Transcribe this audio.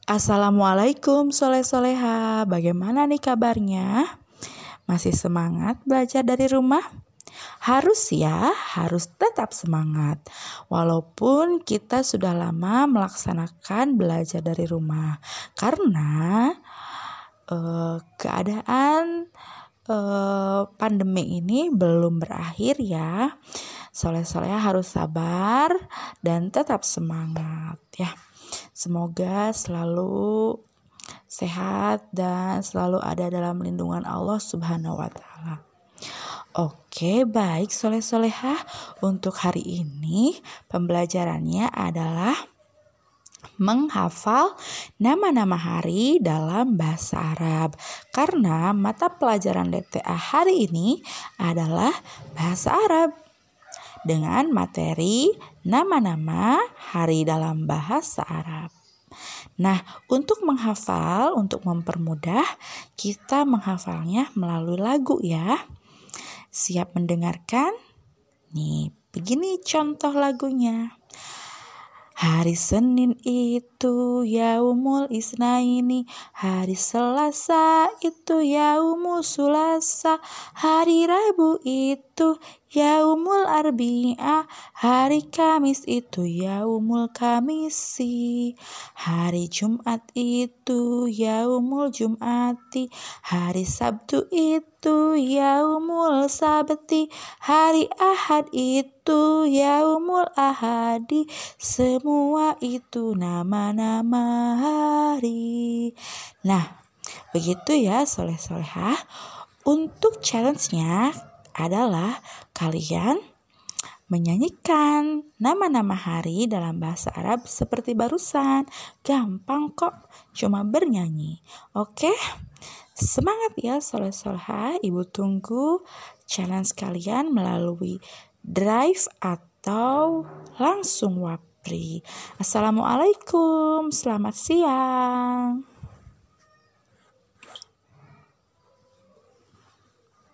Assalamualaikum soleh-soleha, bagaimana nih kabarnya? Masih semangat belajar dari rumah? Harus ya, harus tetap semangat. Walaupun kita sudah lama melaksanakan belajar dari rumah. Karena keadaan pandemi ini belum berakhir ya. Soleh-soleha harus sabar dan tetap semangat ya. Semoga selalu sehat dan selalu ada dalam lindungan Allah Subhanahu wa Ta'ala. Oke, baik soleh-solehah. Untuk hari ini pembelajarannya adalah menghafal nama-nama hari dalam bahasa Arab. Karena mata pelajaran DTA hari ini adalah bahasa Arab dengan materi nama-nama hari dalam bahasa Arab. Nah, untuk menghafal, untuk mempermudah, kita menghafalnya melalui lagu ya. Siap mendengarkan? Nih, begini contoh lagunya. Hari Senin itu yaumul isnaini, hari Selasa itu yaumul sulasa, hari Rabu itu yaumul arbi'a, hari Kamis itu yaumul kamisi, hari Jumat itu yaumul jum'ati, hari Sabtu itu yaumul sabti, hari Ahad itu yaumul ahadi. Semua itu nama-nama hari. Nah, begitu ya soleh-solehah. Untuk challenge-nya adalah kalian menyanyikan nama-nama hari dalam bahasa Arab seperti barusan. Gampang kok, cuma bernyanyi. Oke? Semangat ya soleh-solehah. Ibu tunggu challenge kalian melalui drive atau langsung wapri. Assalamualaikum, selamat siang.